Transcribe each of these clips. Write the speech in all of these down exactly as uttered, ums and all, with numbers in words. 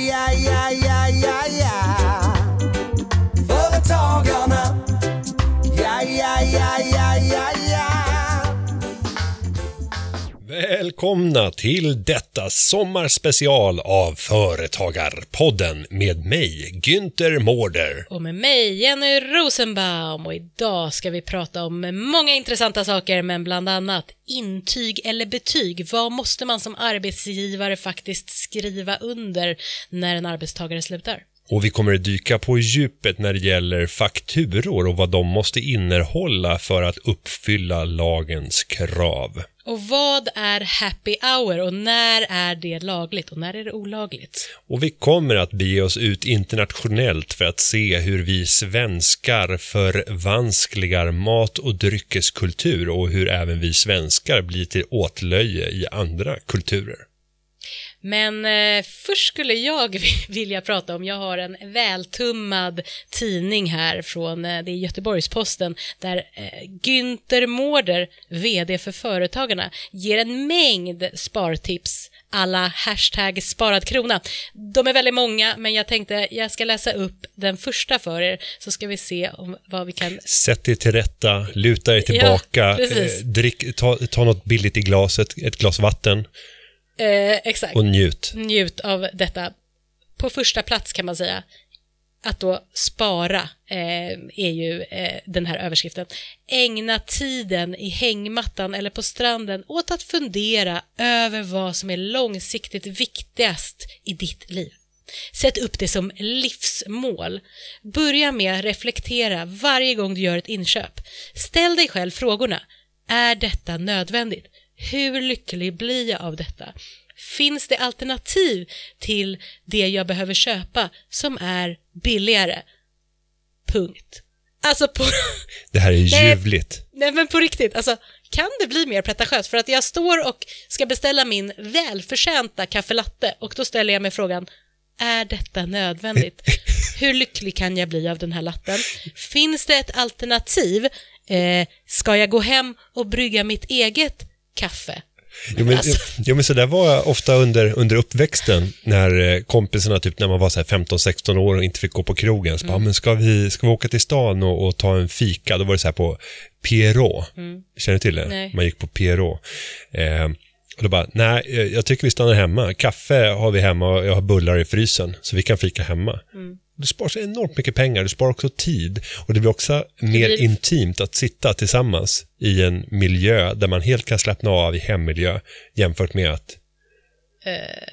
ja, ja, ja, ja, ja. Företagarna. Ja, ja, ja, ja, ja, ja. Välkomna till detta sommarspecial av Företagarpodden med mig, Günther Mårder. Och med mig, Jenny Rosenbaum. Och idag ska vi prata om många intressanta saker, men bland annat intyg eller betyg. Vad måste man som arbetsgivare faktiskt skriva under när en arbetstagare slutar? Och vi kommer att dyka på djupet när det gäller fakturor och vad de måste innehålla för att uppfylla lagens krav. Och vad är happy hour och när är det lagligt och när är det olagligt? Och vi kommer att bege oss ut internationellt för att se hur vi svenskar förvanskligar mat- och dryckeskultur och hur även vi svenskar blir till åtlöje i andra kulturer. Men eh, först skulle jag vilja prata om, jag har en vältummad tidning här från, eh, det är Göteborgs-Posten, där eh, Günther Mårder, vd för Företagarna, ger en mängd spartips alla hashtag sparad krona. De är väldigt många, men jag tänkte jag ska läsa upp den första för er, så ska vi se om vad vi kan... Sätt er till rätta, luta er tillbaka, ja, eh, drick, ta, ta något billigt i glaset, ett glas vatten. Eh, exakt. Och njut. Njut av detta. På första plats kan man säga att då spara eh, är ju eh, den här överskriften. Ägna tiden i hängmattan eller på stranden åt att fundera över vad som är långsiktigt viktigast i ditt liv. Sätt upp det som livsmål. Börja med att reflektera varje gång du gör ett inköp. Ställ dig själv frågorna. Är detta nödvändigt? Hur lycklig blir jag av detta? Finns det alternativ till det jag behöver köpa som är billigare? Punkt. Alltså på... Det här är ljuvligt. Nej, nej men på riktigt, alltså kan det bli mer pretentiöst? För att jag står och ska beställa min välförtjänta kaffelatte och då ställer jag mig frågan, är detta nödvändigt? Hur lycklig kan jag bli av den här latten? Finns det ett alternativ? Eh, ska jag gå hem och brygga mitt eget kaffe? Jo men, alltså. jo, men så där var jag ofta under, under uppväxten när kompisarna, typ när man var så här femton sexton år och inte fick gå på krogen. Så mm. bara, men ska vi, ska vi åka till stan och, och ta en fika? Då var det så här på Pierrot. Mm. Känner du till det? Nej. Man gick på Pierrot. Eh, och då bara, nej, jag tycker vi stannar hemma. Kaffe har vi hemma och jag har bullar i frysen så vi kan fika hemma. Mm. Du sparar så enormt mycket pengar, du sparar också tid och det blir också mer blir... intimt att sitta tillsammans i en miljö där man helt kan slappna av i hemmiljö jämfört med att... Uh,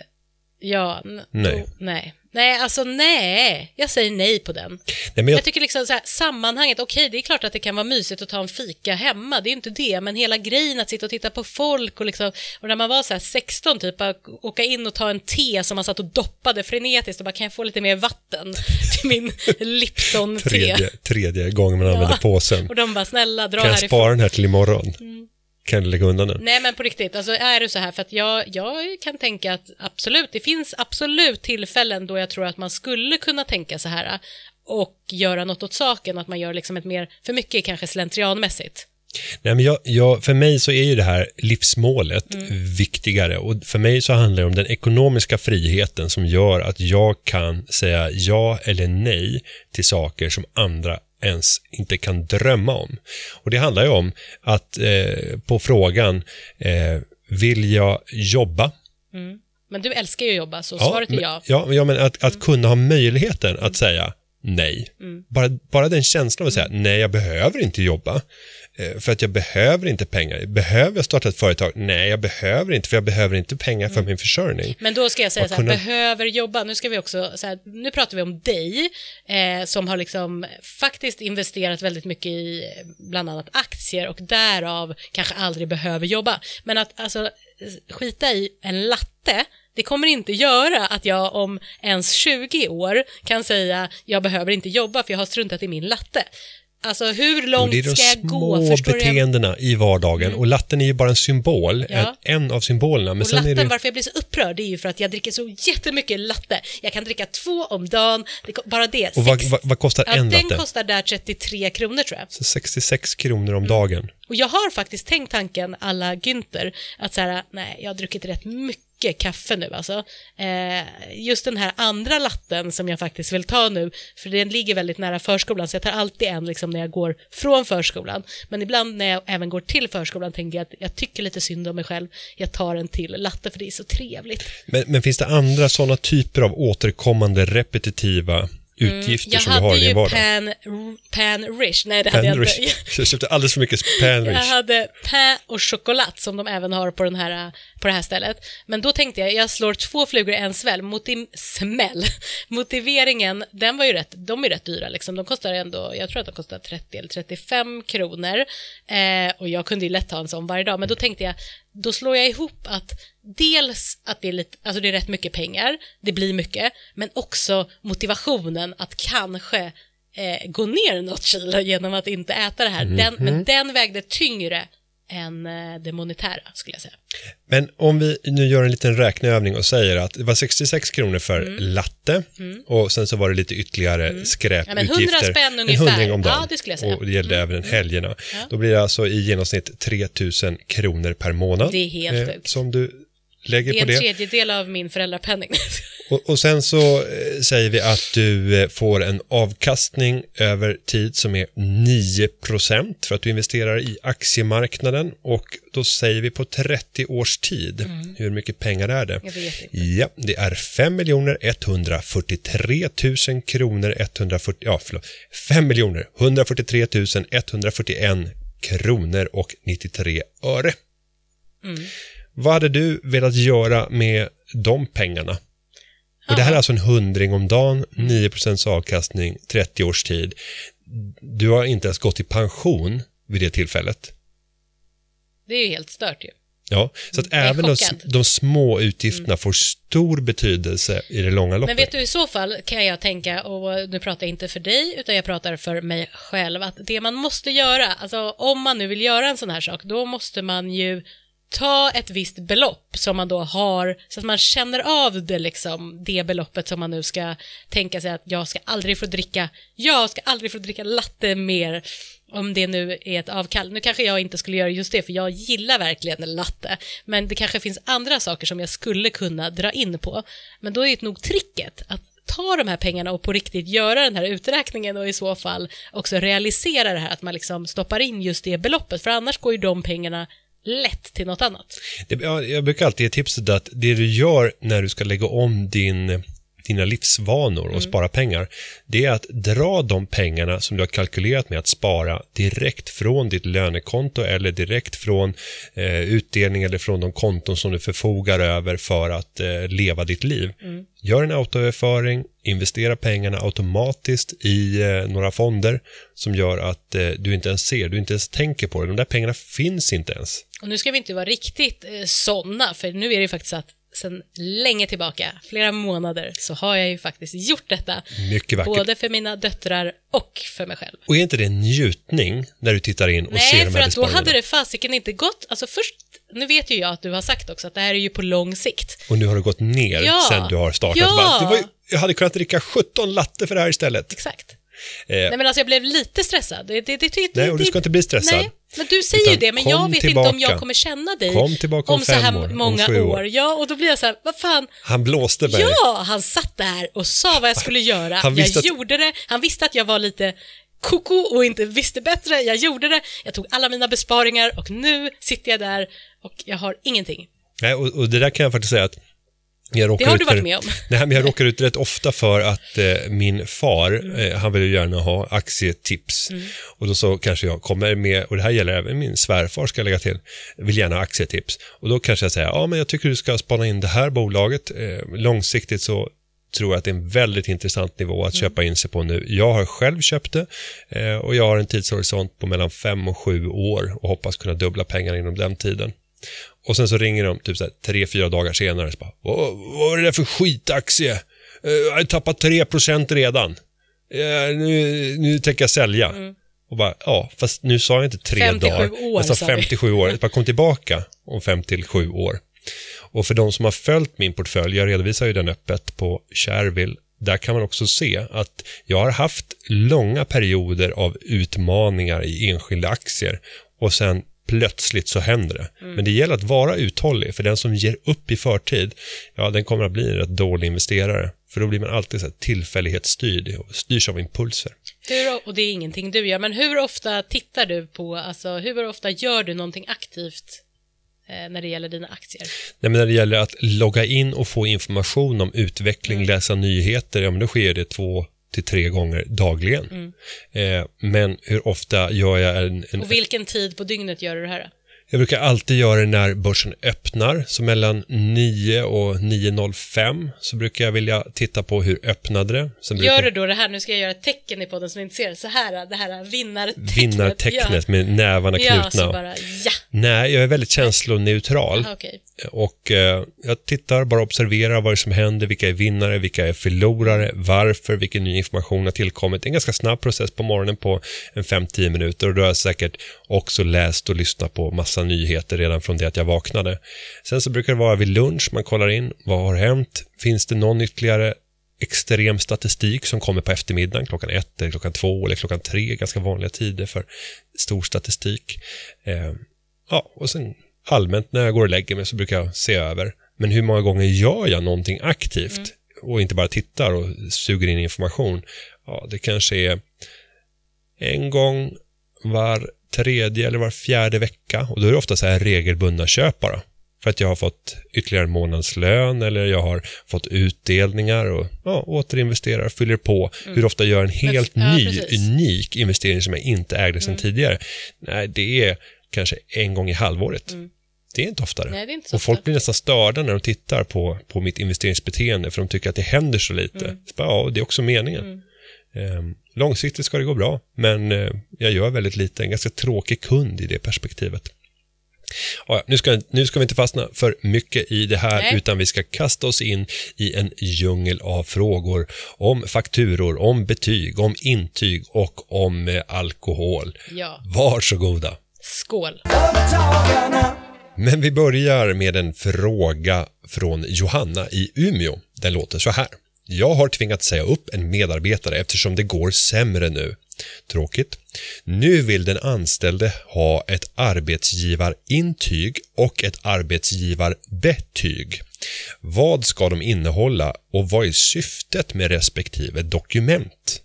ja, n- nej. Då, nej. Nej, alltså nej. Jag säger nej på den. Nej, men jag... jag tycker liksom så här, sammanhanget, okej, okay, det är klart att det kan vara mysigt att ta en fika hemma, det är inte det, men hela grejen att sitta och titta på folk och liksom, och när man var så här sexton typ, att åka in och ta en te som man satt och doppade frenetiskt och bara, kan jag få lite mer vatten till min Lipton-te? Tredje, tredje gången man använder ja. påsen. Och de bara, snälla, dra kan härifrån. Kan jag spara den här till imorgon? Mm. Kan du lägga undan den? Nej men på riktigt, alltså är det så här, för att jag, jag kan tänka att absolut, det finns absolut tillfällen då jag tror att man skulle kunna tänka så här och göra något åt saken, att man gör liksom ett mer, för mycket kanske slentrianmässigt. Nej, men jag, jag, för mig så är ju det här livsmålet mm. viktigare och för mig så handlar det om den ekonomiska friheten som gör att jag kan säga ja eller nej till saker som andra ens inte kan drömma om. Och det handlar ju om att eh, på frågan eh, vill jag jobba? Mm. Men du älskar ju att jobba, så ja, svaret är men, ja. Ja, ja men att, att mm. kunna ha möjligheten mm. att säga nej. Mm. Bara, bara den känslan av att säga nej, jag behöver inte jobba. För att jag behöver inte pengar. Behöver jag starta ett företag? Nej, jag behöver inte, för jag behöver inte pengar för mm. min försörjning. Men då ska jag säga så här, kunna... behöver jobba. Nu ska vi också så här, nu pratar vi om dig eh, som har liksom faktiskt investerat väldigt mycket i bland annat aktier och därav kanske aldrig behöver jobba. Men att alltså skita i en latte, det kommer inte göra att jag om ens tjugo år kan säga jag behöver inte jobba för jag har struntat i min latte. Alltså hur långt ska jag gå? Det är de små beteendena i vardagen mm. och latten är ju bara en symbol, ja. en, en av symbolerna. Men och sen latten, är det... varför jag blir så upprörd, det är ju för att jag dricker så jättemycket latte. Jag kan dricka två om dagen, det, bara det. Och vad, vad, vad kostar ja, en latte? Den kostar där trettiotre kronor tror jag. Så sextiosex kronor om dagen. Och jag har faktiskt tänkt tanken alla Günther att så här, nej, jag har druckit rätt mycket mycket kaffe nu alltså. Eh, just den här andra latten som jag faktiskt vill ta nu, för den ligger väldigt nära förskolan, så jag tar alltid en liksom när jag går från förskolan. Men ibland när jag även går till förskolan tänker jag att jag tycker lite synd om mig själv. Jag tar en till latte för det är så trevligt. Men, men finns det andra sådana typer av återkommande repetitiva utgifter mm, som du har i din vardag? Jag hade ju pan, pan rich. Nej, det pan hade jag rich. inte. Jag köpte alldeles för mycket pan rich. Jag hade pain och choklad som de även har på, den här, på det här stället. Men då tänkte jag, jag slår två flugor i en sväll. Motiv, smäll. Motiveringen, den var ju rätt, de är rätt dyra liksom. De kostar ändå, jag tror att de kostar trettio eller trettiofem kronor. Eh, och jag kunde ju lätt ha en sån varje dag. Men då tänkte jag, då slår jag ihop att dels att det är lite, alltså det är rätt mycket pengar, det blir mycket, men också motivationen att kanske eh, gå ner något kilo genom att inte äta det här. Den, mm-hmm. Men den vägde tyngre än eh, det monetära, skulle jag säga. Men om vi nu gör en liten räkneövning och säger att det var sextiosex kronor för mm. latte mm. och sen så var det lite ytterligare mm. skräputgifter. Ja, men hundra spänn ungefär. En hundring om dagen. Ja, det skulle jag säga. Och det gällde mm. även helgerna. Ja. Då blir det alltså i genomsnitt tre tusen kronor per månad. Det är helt sjukt. Eh, som du lägger det är på en det. tredjedel av min föräldrapenning. Och, och sen så eh, säger vi att du eh, får en avkastning över tid som är nio procent för att du investerar i aktiemarknaden, och då säger vi på trettio års tid. Mm. Hur mycket pengar är det? Jag vet inte. Ja, det är fem miljoner etthundrafyrtiotre tusen kronor etthundrafyrtio, ja förlåt, fem miljoner etthundrafyrtiotre tusen etthundrafyrtioen kronor och nittiotre öre. Mm. Vad hade du velat göra med de pengarna? Och det här är alltså en hundring om dagen, nio procent avkastning, trettio års tid. Du har inte ens gått i pension vid det tillfället. Det är ju helt stört ju. Ja, så att även de, de små utgifterna mm. får stor betydelse i det långa loppet. Men vet du, i så fall kan jag tänka, och nu pratar jag inte för dig utan jag pratar för mig själv, att det man måste göra, alltså om man nu vill göra en sån här sak, då måste man ju ta ett visst belopp som man då har, så att man känner av det liksom, det beloppet som man nu ska tänka sig att jag ska aldrig få dricka, jag ska aldrig få dricka latte mer, om det nu är ett avkall. Nu kanske jag inte skulle göra just det, för jag gillar verkligen latte, men det kanske finns andra saker som jag skulle kunna dra in på. Men då är det nog tricket att ta de här pengarna och på riktigt göra den här uträkningen, och i så fall också realisera det här, att man liksom stoppar in just det beloppet, för annars går ju de pengarna lätt till något annat. Det, jag brukar alltid ge tipset att det du gör när du ska lägga om din, dina livsvanor och mm. spara pengar, det är att dra de pengarna som du har kalkylerat med att spara direkt från ditt lönekonto eller direkt från eh, utdelning eller från de konton som du förfogar över för att eh, leva ditt liv. Mm. Gör en autoöverföring, investera pengarna automatiskt i eh, några fonder som gör att eh, du inte ens ser, du inte ens tänker på det. De där pengarna finns inte ens. Och nu ska vi inte vara riktigt eh, sådana, för nu är det ju faktiskt att sedan länge tillbaka, flera månader, så har jag ju faktiskt gjort detta. Mycket vackert. Både för mina döttrar och för mig själv. Och är inte det en njutning när du tittar in och Nej, ser de här besparingarna? Nej, för att då hade det fasiken inte gått. Alltså först, nu vet ju jag att du har sagt också att det här är ju på lång sikt. Och nu har det gått ner ja. sen du har startat. Ja. Bara, det var ju, jag hade kunnat dricka sjutton latte för det här istället. Exakt. Eh. Nej, men alltså jag blev lite stressad. Det, det, det, det, Nej, och du ska inte bli stressad. Nej, men du säger ju det, men jag vet tillbaka. inte om jag kommer känna dig kom tillbaka om, om så här år, många om år. år. Ja, och då blir jag så här, vad fan. Han blåste mig. Ja, han satt där och sa vad jag skulle göra. Han jag att... gjorde det. Han visste att jag var lite koko och inte visste bättre. Jag gjorde det. Jag tog alla mina besparingar och nu sitter jag där och jag har ingenting. Nej, och, och det där kan jag faktiskt säga att jag det har du varit för, med om. Nej, men jag råkar ut rätt ofta för att eh, min far, mm. eh, han vill ju gärna ha aktietips. Mm. Och då så kanske jag kommer med, och det här gäller även min svärfar ska jag lägga till, vill gärna ha aktietips. Och då kanske jag säger, ja men jag tycker du ska spana in det här bolaget. Eh, långsiktigt så tror jag att det är en väldigt intressant nivå att mm. köpa in sig på nu. Jag har själv köpt det eh, och jag har en tidshorisont på mellan fem och sju år och hoppas kunna dubbla pengarna inom den tiden. Och sen så ringer de typ så här, tre, fyra dagar senare och så bara, vad, vad är det där för skitaktie? Uh, jag har tappat tre procent redan. Uh, nu, nu tänker jag sälja. Mm. Och bara, ja, fast nu sa jag inte tre dagar. År, jag sa femtiosju år. Jag bara kom tillbaka om fem till sju år. Och för de som har följt min portfölj, jag redovisar ju den öppet på Shareville, där kan man också se att jag har haft långa perioder av utmaningar i enskilda aktier och sen plötsligt så händer det. Mm. Men det gäller att vara uthållig, för den som ger upp i förtid, ja, den kommer att bli en rätt dålig investerare. För då blir man alltid så här tillfällighetsstyrd och styrs av impulser. Hur, och det är ingenting du gör, men hur ofta tittar du på, alltså hur ofta gör du någonting aktivt eh, när det gäller dina aktier? Nej, men när det gäller att logga in och få information om utveckling, mm. läsa nyheter, ja men då sker det två till tre gånger dagligen. Mm. Eh, men hur ofta gör jag en, en... Och vilken tid på dygnet gör du det här? Jag brukar alltid göra det när börsen öppnar, så mellan nio och nio noll fem så brukar jag vilja titta på hur öppnade det. Sen brukar... Gör du då det här, nu ska jag göra ett tecken i podden som inte ser, så här, det här vinnartecknet. Vinnartecknet ja. Med nävarna knutna. Ja, så bara, ja. Nej, jag är väldigt känsloneutral. Aha, okay. Och eh, jag tittar, bara observerar vad som händer, vilka är vinnare, vilka är förlorare, varför, vilken ny information har tillkommit. Det är en ganska snabb process på morgonen på en fem till tio minuter, och då har jag säkert också läst och lyssnat på massa nyheter redan från det att jag vaknade. Sen så brukar det vara vid lunch, man kollar in, vad har hänt? Finns det någon ytterligare extrem statistik som kommer på eftermiddagen, klockan ett eller klockan två eller klockan tre, ganska vanliga tider för stor statistik. Eh, ja, och sen allmänt när jag går och lägger mig så brukar jag se över, men hur många gånger gör jag någonting aktivt mm. och inte bara tittar och suger in information? Ja, det kanske är en gång var tredje eller var fjärde vecka, och då är det ofta så här regelbundna köpare. För att jag har fått ytterligare månadslön eller jag har fått utdelningar och ja, återinvesterar, fyller på. Mm. Hur ofta gör en helt Men, ny, ja, unik investering som jag inte ägde sedan mm. tidigare? Nej, det är kanske en gång i halvåret. Mm. Det är inte oftare. Nej, det är inte så och folk ofta. blir nästan störda när de tittar på, på mitt investeringsbeteende, för de tycker att det händer så lite. Mm. Så bara, ja, det är också meningen. Mm. Um, långsiktigt ska det gå bra, men uh, jag gör väldigt lite. En ganska tråkig kund i det perspektivet. Ja, nu, ska, nu ska vi inte fastna för mycket i det här. Nej. Utan vi ska kasta oss in i en djungel av frågor om fakturor, om betyg, om intyg och om eh, alkohol. Ja. Varsågoda. Skål. Men vi börjar med en fråga från Johanna i Umeå. Den låter så här. Jag har tvingats säga upp en medarbetare eftersom det går sämre nu. Tråkigt. Nu vill den anställde ha ett arbetsgivarintyg och ett arbetsgivarbetyg. Vad ska de innehålla och vad är syftet med respektive dokument?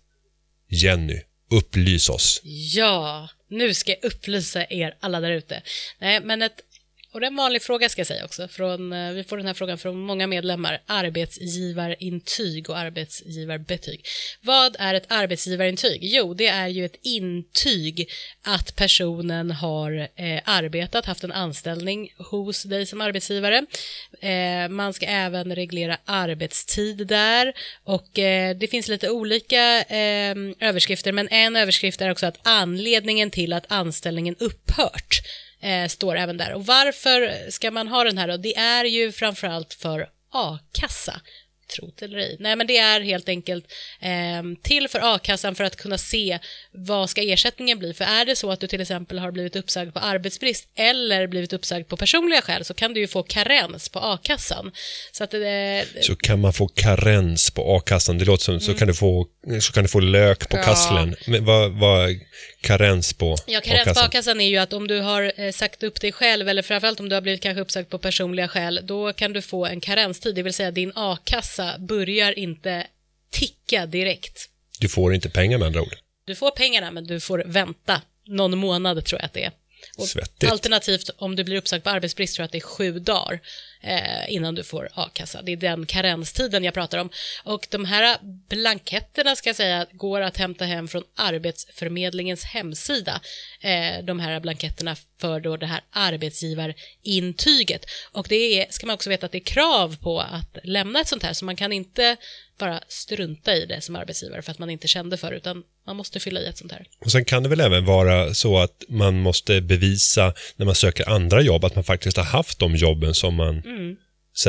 Jenny, upplys oss. Ja, nu ska jag upplysa er alla där ute. Nej, men ett Och det är en vanlig fråga ska jag säga också. Från, vi får den här frågan från många medlemmar. Arbetsgivarintyg och arbetsgivarbetyg. Vad är ett arbetsgivarintyg? Jo, det är ju ett intyg att personen har eh, arbetat, haft en anställning hos dig som arbetsgivare. Eh, man ska även reglera arbetstid där. Och eh, det finns lite olika eh, överskrifter. Men en överskrift är också att anledningen till att anställningen upphört Eh, står även där. Och varför ska man ha den här då? Det är ju framförallt för a-kassa. Tro till eller ej. Nej, men det är helt enkelt eh, till för a-kassan för att kunna se vad ska ersättningen bli. För är det så att du till exempel har blivit uppsagd på arbetsbrist eller blivit uppsagd på personliga skäl, så kan du ju få karens på a-kassan. Så, att, eh, så kan man få karens på a-kassan. Det låter som mm. så, kan du få, så kan du få lök på ja. kasslen. Men vad, vad karens på Ja, karens a-kassan? på a-kassan är ju att om du har eh, sagt upp dig själv, eller framförallt om du har blivit kanske uppsagd på personliga skäl, då kan du få en karenstid. Det vill säga din a-kassa börjar inte ticka direkt. Du får inte pengar med andra ord. Du får pengarna, men du får vänta någon månad, tror jag att det är. Och Svettigt. Alternativt, om du blir uppsagd på arbetsbrist, tror jag att det är sju dagar eh, innan du får a-kassa. Det är den karenstiden jag pratar om. Och de här blanketterna, ska jag säga, går att hämta hem från Arbetsförmedlingens hemsida. Eh, de här blanketterna för då det här arbetsgivarintyget. Och det är, ska man också veta att det är krav på att lämna ett sånt här, så man kan inte bara strunta i det som arbetsgivare för att man inte kände för, utan man måste fylla i ett sånt här. Och sen kan det väl även vara så att man måste bevisa när man söker andra jobb att man faktiskt har haft de jobben som man mm. säger att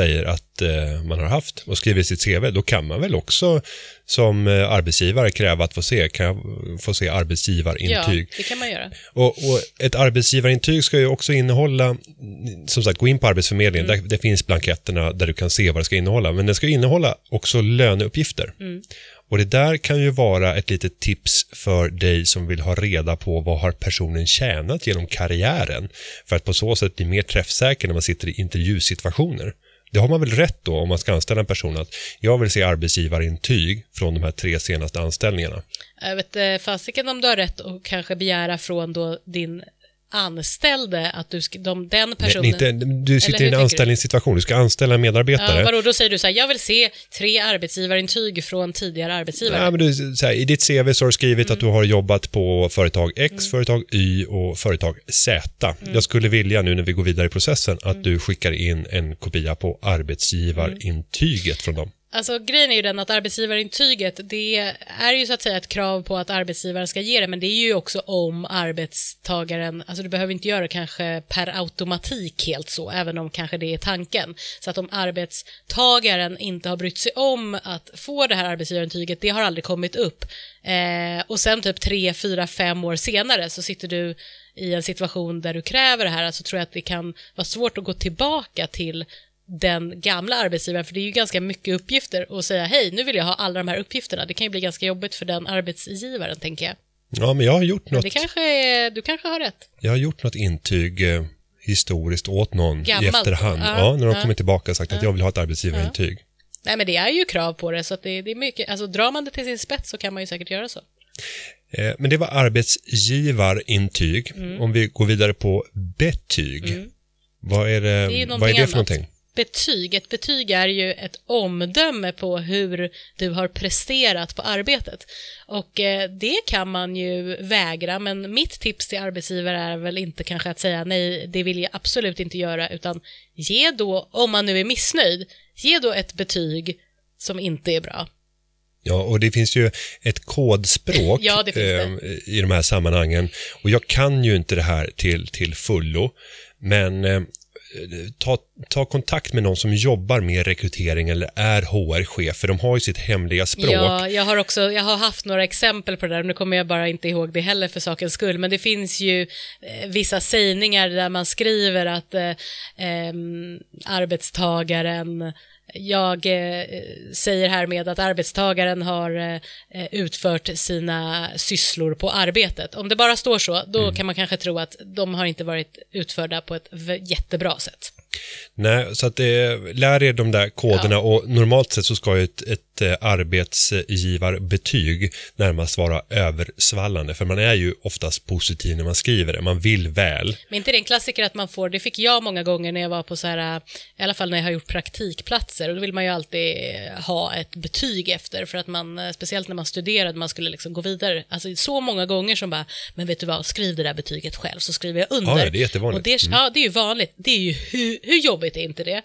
att eh, man har haft och skriver sitt C V, då kan man väl också som eh, arbetsgivare kräva att få se, kan jag få se arbetsgivarintyg. Ja, det kan man göra. Och, och ett arbetsgivarintyg ska ju också innehålla, som sagt, gå in på Arbetsförmedlingen, mm. där det finns blanketterna där du kan se vad det ska innehålla, men den ska innehålla också löneuppgifter. Mm. Och det där kan ju vara ett litet tips för dig som vill ha reda på vad har personen tjänat genom karriären, för att på så sätt bli mer träffsäker när man sitter i intervjusituationer. Det har man väl rätt då om man ska anställa en person, att jag vill se arbetsgivarintyg från de här tre senaste anställningarna. Jag vet fasiken om du har rätt och kanske begära från då din anställde att du ska, de, den personen... Nej, inte, du sitter i en anställningssituation, du? du ska anställa en medarbetare. Ja, vadå, då säger du så här, jag vill se tre arbetsgivarintyg från tidigare arbetsgivare. Ja, men du, så här, i ditt C V så har du skrivit mm. att du har jobbat på företag X, mm. företag Y och företag Z. Mm. Jag skulle vilja nu när vi går vidare i processen att mm. du skickar in en kopia på arbetsgivarintyget mm. från dem. Alltså grejen är ju den att arbetsgivarintyget, det är ju så att säga ett krav på att arbetsgivaren ska ge det, men det är ju också om arbetstagaren, alltså du behöver inte göra det kanske per automatik helt så, även om kanske det är tanken. Så att om arbetstagaren inte har brytt sig om att få det här arbetsgivarintyget, det har aldrig kommit upp. Eh, och sen typ tre, fyra, fem år senare så sitter du i en situation där du kräver det här, alltså tror jag att det kan vara svårt att gå tillbaka till den gamla arbetsgivaren, för det är ju ganska mycket uppgifter och säga hej, nu vill jag ha alla de här uppgifterna. Det kan ju bli ganska jobbigt för den arbetsgivaren, tänker jag. Ja, men jag har gjort något. Men det kanske är, du kanske har rätt. Jag har gjort något intyg eh, historiskt åt någon Gammalt. i efterhand. Ja, ja, när de ja. kommit tillbaka och sagt ja. att jag vill ha ett arbetsgivarintyg. Ja. Nej, men det är ju krav på det, så att det, det är mycket, alltså drar man det till sin spets så kan man ju säkert göra så. Eh, men det var arbetsgivarintyg. Mm. Om vi går vidare på betyg. Mm. Vad är det, det är vad är det för någonting? Betyg. Ett betyg är ju ett omdöme på hur du har presterat på arbetet. Och eh, det kan man ju vägra, men mitt tips till arbetsgivare är väl inte kanske att säga nej, det vill jag absolut inte göra, utan ge då, om man nu är missnöjd, ge då ett betyg som inte är bra. Ja, och det finns ju ett kodspråk ja, det finns det. Eh, i de här sammanhangen. Och jag kan ju inte det här till, till fullo, men... Eh, Ta, ta kontakt med någon som jobbar med rekrytering eller är H R-chef, för de har ju sitt hemliga språk. Ja, jag har också, jag har haft några exempel på det där, nu kommer jag bara inte ihåg det heller för sakens skull, men det finns ju eh, vissa sägningar där man skriver att eh, eh, arbetstagaren Jag eh, säger här med att arbetstagaren har eh, utfört sina sysslor på arbetet. Om det bara står så, då mm. kan man kanske tro att de har inte varit utförda på ett jättebra sätt. Nej, så att eh, lär er de där koderna ja. Och normalt sett så ska ju ett, ett eh, arbetsgivarbetyg närmast vara översvallande, för man är ju oftast positiv när man skriver det, man vill väl. Men inte det är en klassiker att man får, det fick jag många gånger när jag var på så här, i alla fall när jag har gjort praktikplatser, och då vill man ju alltid ha ett betyg efter, för att man, speciellt när man studerade, man skulle liksom gå vidare, alltså så många gånger som bara, men vet du vad, skriv det där betyget själv så skriver jag under. Ja, det är jättevanligt. Och det, mm. Ja, det är ju vanligt, det är ju hur, hur jobbigt är inte det?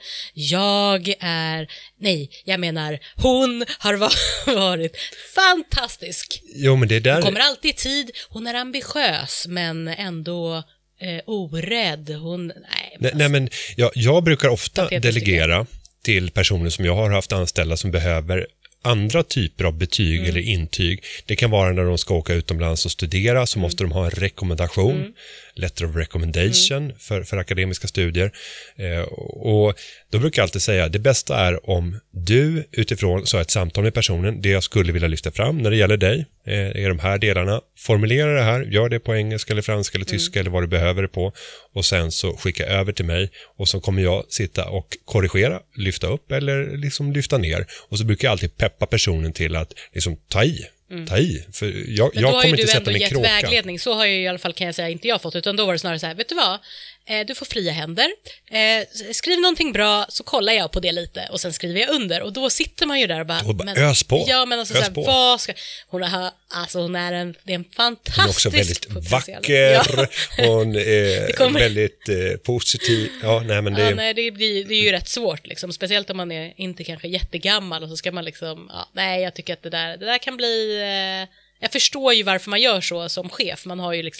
Jag är, nej, jag menar hon har varit fantastisk. Jo, men det där... Hon kommer alltid i tid, hon är ambitiös men ändå eh, orädd. Hon, nej, nej, nej men jag, jag brukar ofta delegera till personer som jag har haft anställda som behöver andra typer av betyg mm. eller intyg. Det kan vara när de ska åka utomlands och studera, så mm. måste de ha en rekommendation, mm. letter of recommendation mm. för, för akademiska studier. Eh, och då brukar jag alltid säga, det bästa är om du utifrån så ett samtal med personen, det jag skulle vilja lyfta fram när det gäller dig, eh, är de här delarna. Formulera det här, gör det på engelska eller franska eller tyska mm. eller vad du behöver det på, och sen så skicka över till mig, och så kommer jag sitta och korrigera, lyfta upp eller liksom lyfta ner, och så brukar jag alltid peppa personen till att liksom ta i. Mm. Ta i, för jag, jag kommer inte sätta mig i kråka. Vägledning, så har ju i alla fall, kan jag säga, inte jag fått, utan då var det snarare så här, vet du vad, eh, du får fria händer, eh, skriv någonting bra så kollar jag på det lite och sen skriver jag under, och då sitter man ju där och bara, bara men, ös på. Ja, men alltså, ös så här, vad ska, hon, har, alltså, hon är en, det är en fantastisk, hon är också väldigt vacker, ja. Hon är kommer... väldigt eh, positiv, ja, nej men det, ja, nej, det, blir, det är ju rätt svårt liksom, speciellt om man är inte kanske jättegammal, och så ska man liksom, ja, nej, jag tycker att det där, det där kan bli, jag förstår ju varför man gör så som chef. Man har ju liksom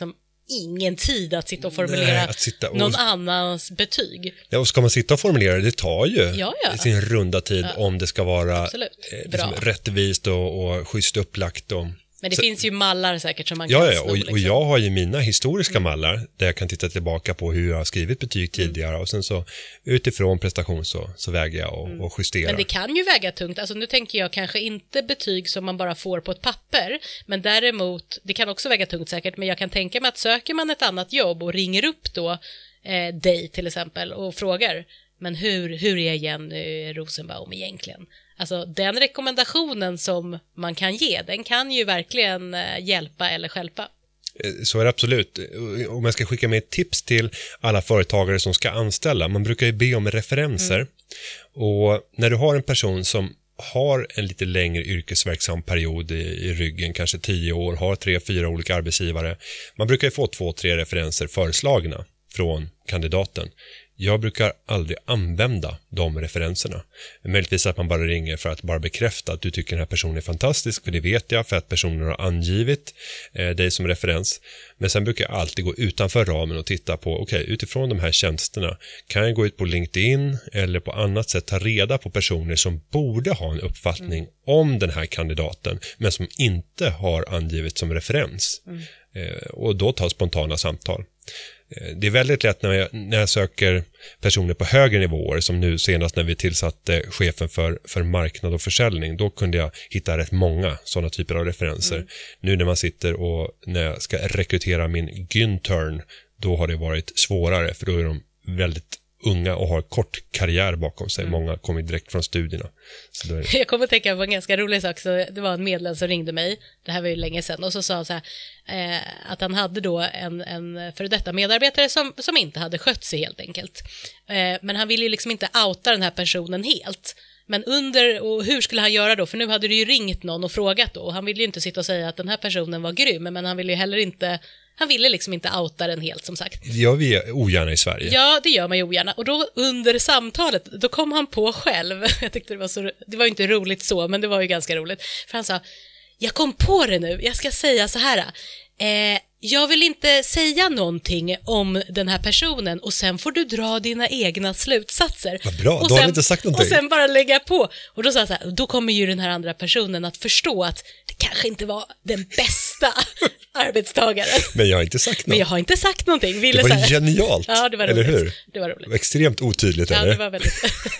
ingen tid att sitta och formulera Nej, att sitta och... någon annans betyg. Ja, och ska man sitta och formulera, det tar ju ja, ja. sin runda tid ja. om det ska vara eh, liksom rättvist och, och schysst upplagt. Och... Men det så... finns ju mallar säkert som man ja, kan ja, sno. och, liksom. och jag har ju mina historiska mm. mallar där jag kan titta tillbaka på hur jag har skrivit betyg tidigare mm. och sen så utifrån prestation så, så väger jag och, mm. och justerar. Men det kan ju väga tungt. Alltså nu tänker jag kanske inte betyg som man bara får på ett papper, men däremot, det kan också väga tungt säkert, men jag kan tänka mig att söker man ett annat jobb och ringer upp då eh, dig till exempel och frågar, men hur, hur är Jenny Rosenbaum egentligen? Alltså den rekommendationen som man kan ge, den kan ju verkligen hjälpa eller stjälpa. Så är det absolut. Om jag ska skicka med ett tips till alla företagare som ska anställa, man brukar ju be om referenser. Mm. Och när du har en person som har en lite längre yrkesverksam period i, i ryggen, kanske tio år, har tre, fyra olika arbetsgivare. Man brukar ju få två, tre referenser föreslagna från kandidaten. Jag brukar aldrig använda de referenserna. Möjligtvis att man bara ringer för att bara bekräfta att du tycker den här personen är fantastisk, för det vet jag för att personen har angivit eh, dig som referens. Men sen brukar jag alltid gå utanför ramen och titta på, okej, okay, utifrån de här tjänsterna kan jag gå ut på LinkedIn eller på annat sätt ta reda på personer som borde ha en uppfattning mm. om den här kandidaten, men som inte har angivit som referens. Mm. Eh, och då ta spontana samtal. Det är väldigt lätt när jag, när jag söker personer på högre nivåer, som nu senast när vi tillsatte chefen för, för marknad och försäljning, då kunde jag hitta rätt många sådana typer av referenser. Mm. Nu när man sitter och när jag ska rekrytera min Gyntern, då har det varit svårare, för då är de väldigt unga och har kort karriär bakom sig. Mm. Många kommer direkt från studierna. Så det... Jag kommer att tänka på en ganska rolig sak. Så det var en medlem som ringde mig, det här var ju länge sedan, och så sa han så här, eh, att han hade då en, en före detta medarbetare som, som inte hade skött sig helt enkelt. Eh, men han ville ju liksom inte outa den här personen helt. Men under, och hur skulle han göra då? För nu hade det ju ringt någon och frågat då, och han ville ju inte sitta och säga att den här personen var grym, men han ville ju heller inte, han ville liksom inte outa den helt, som sagt. Det gör vi ogärna i Sverige. Ja, det gör man ju ogärna. Och då under samtalet, då kom han på själv, jag tyckte det var så, det var ju inte roligt så, men det var ju ganska roligt. För han sa, jag kom på det nu, jag ska säga så här, eh, jag vill inte säga någonting om den här personen, och sen får du dra dina egna slutsatser. Vad bra, och då sen, har du inte sagt någonting. Och sen bara lägga på. Och då sa jag så här, då kommer ju den här andra personen att förstå att det kanske inte var den bästa arbetstagaren. Men jag har inte sagt något. Men jag har inte sagt någonting. Ville det var så här. Genialt, ja, det var eller roligt. hur? Det var roligt. Extremt otydligt, ja, eller? det var väldigt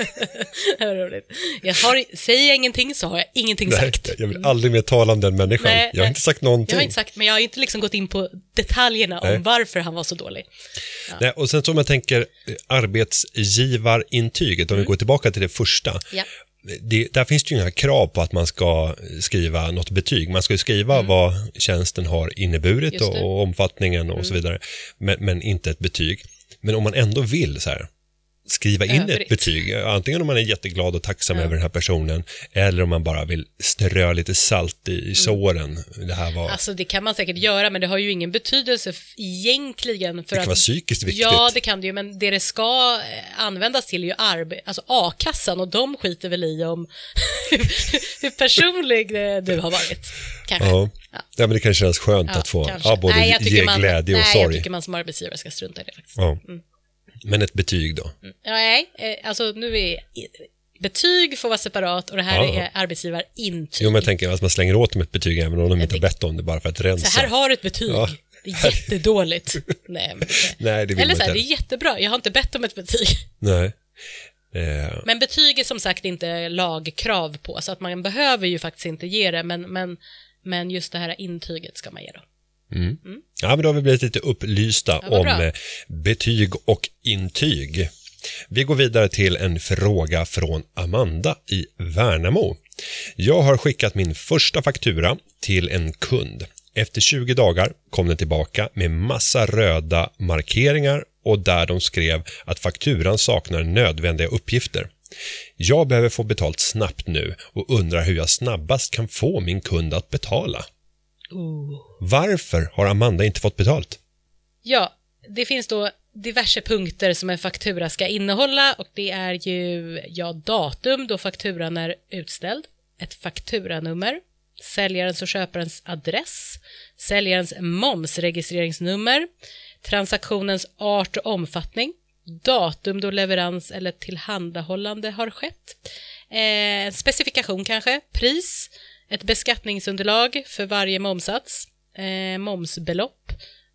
det var roligt. Jag har, säger jag ingenting så har jag ingenting nej, sagt. Jag vill aldrig mer tala om den människan. Nej, jag har nej. inte sagt någonting. Jag har inte sagt, men jag har inte liksom gått in på detaljerna nej. om varför han var så dålig. Ja. Nej, och sen så om man tänker arbetsgivarintyget, om mm. vi går tillbaka till det första. Ja. Det, där finns det ju inga krav på att man ska skriva något betyg. Man ska ju skriva mm. vad tjänsten har inneburit och, och omfattningen och mm. så vidare. Men, men inte ett betyg. Men om man ändå vill så här, skriva in Övrigt. ett betyg, antingen om man är jätteglad och tacksam ja. över den här personen, eller om man bara vill strö lite salt i, i såren. Mm. Det här var... Alltså det kan man säkert göra, men det har ju ingen betydelse f- egentligen. För det kan att... vara psykiskt viktigt. Ja, det kan det ju, men det det ska användas till är ju arbe- alltså a-kassan, och de skiter väl i om hur personlig du har varit. Kanske. Ja. Ja. ja, men det kan kännas skönt ja, att få ja, både nej, ge man, glädje och nej, sorg. Nej, jag tycker man som arbetsgivare ska strunta i det faktiskt. Ja. Mm. Men ett betyg då? Mm. Ja, nej, alltså nu är betyg får vara separat, och det här ja. är arbetsgivarintyg. Jo, men jag tänker att man slänger åt dem ett betyg även om de inte har bett om det, bara för att rensa. Så här har du ett betyg. Ja. Det är jättedåligt. nej, men det, nej, det vill eller man så här, inte. det är jättebra. Jag har inte bett om ett betyg. Nej. Eh. Men betyg är som sagt inte lagkrav på, så att man behöver ju faktiskt inte ge det, men, men, men just det här intyget ska man ge då. Mm. Mm. Ja, men då har vi blivit lite upplysta ja, om bra. betyg och intyg. Vi går vidare till en fråga från Amanda i Värnamo. Jag har skickat min första faktura till en kund. Efter tjugo dagar kom den tillbaka med massa röda markeringar, och där de skrev att fakturan saknar nödvändiga uppgifter. Jag behöver få betalt snabbt nu och undrar hur jag snabbast kan få min kund att betala. Uh. Varför har Amanda inte fått betalt? Ja, det finns då diverse punkter som en faktura ska innehålla, och det är ju ja, datum då fakturan är utställd, ett fakturanummer, säljarens och köparens adress, säljarens momsregistreringsnummer, transaktionens art och omfattning, datum då leverans eller tillhandahållande har skett, eh, specifikation kanske, pris, ett beskattningsunderlag för varje momsats, eh, momsbelopp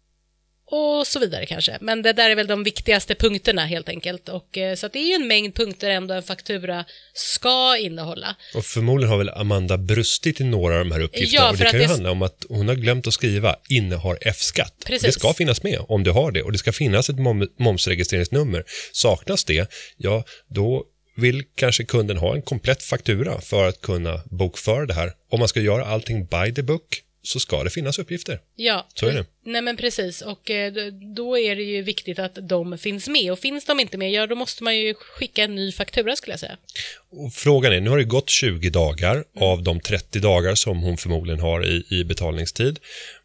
och så vidare kanske. Men det där är väl de viktigaste punkterna helt enkelt. Och, eh, så att det är ju en mängd punkter ändå en faktura ska innehålla. Och förmodligen har väl Amanda brustit i några av de här uppgifterna. Ja, och det för kan att ju det... handla om att hon har glömt att skriva innehar F-skatt. Precis. Det ska finnas med om du har det. Och det ska finnas ett mom- momsregistreringsnummer. Saknas det, ja då vill kanske kunden ha en komplett faktura för att kunna bokföra det här. Om man ska göra allting by the book så ska det finnas uppgifter. Ja, så är det. Nej men precis, och eh, då är det ju viktigt att de finns med, och finns de inte med, ja då måste man ju skicka en ny faktura skulle jag säga. Och frågan är, nu har det gått tjugo dagar mm. av de trettio dagar som hon förmodligen har i, i betalningstid.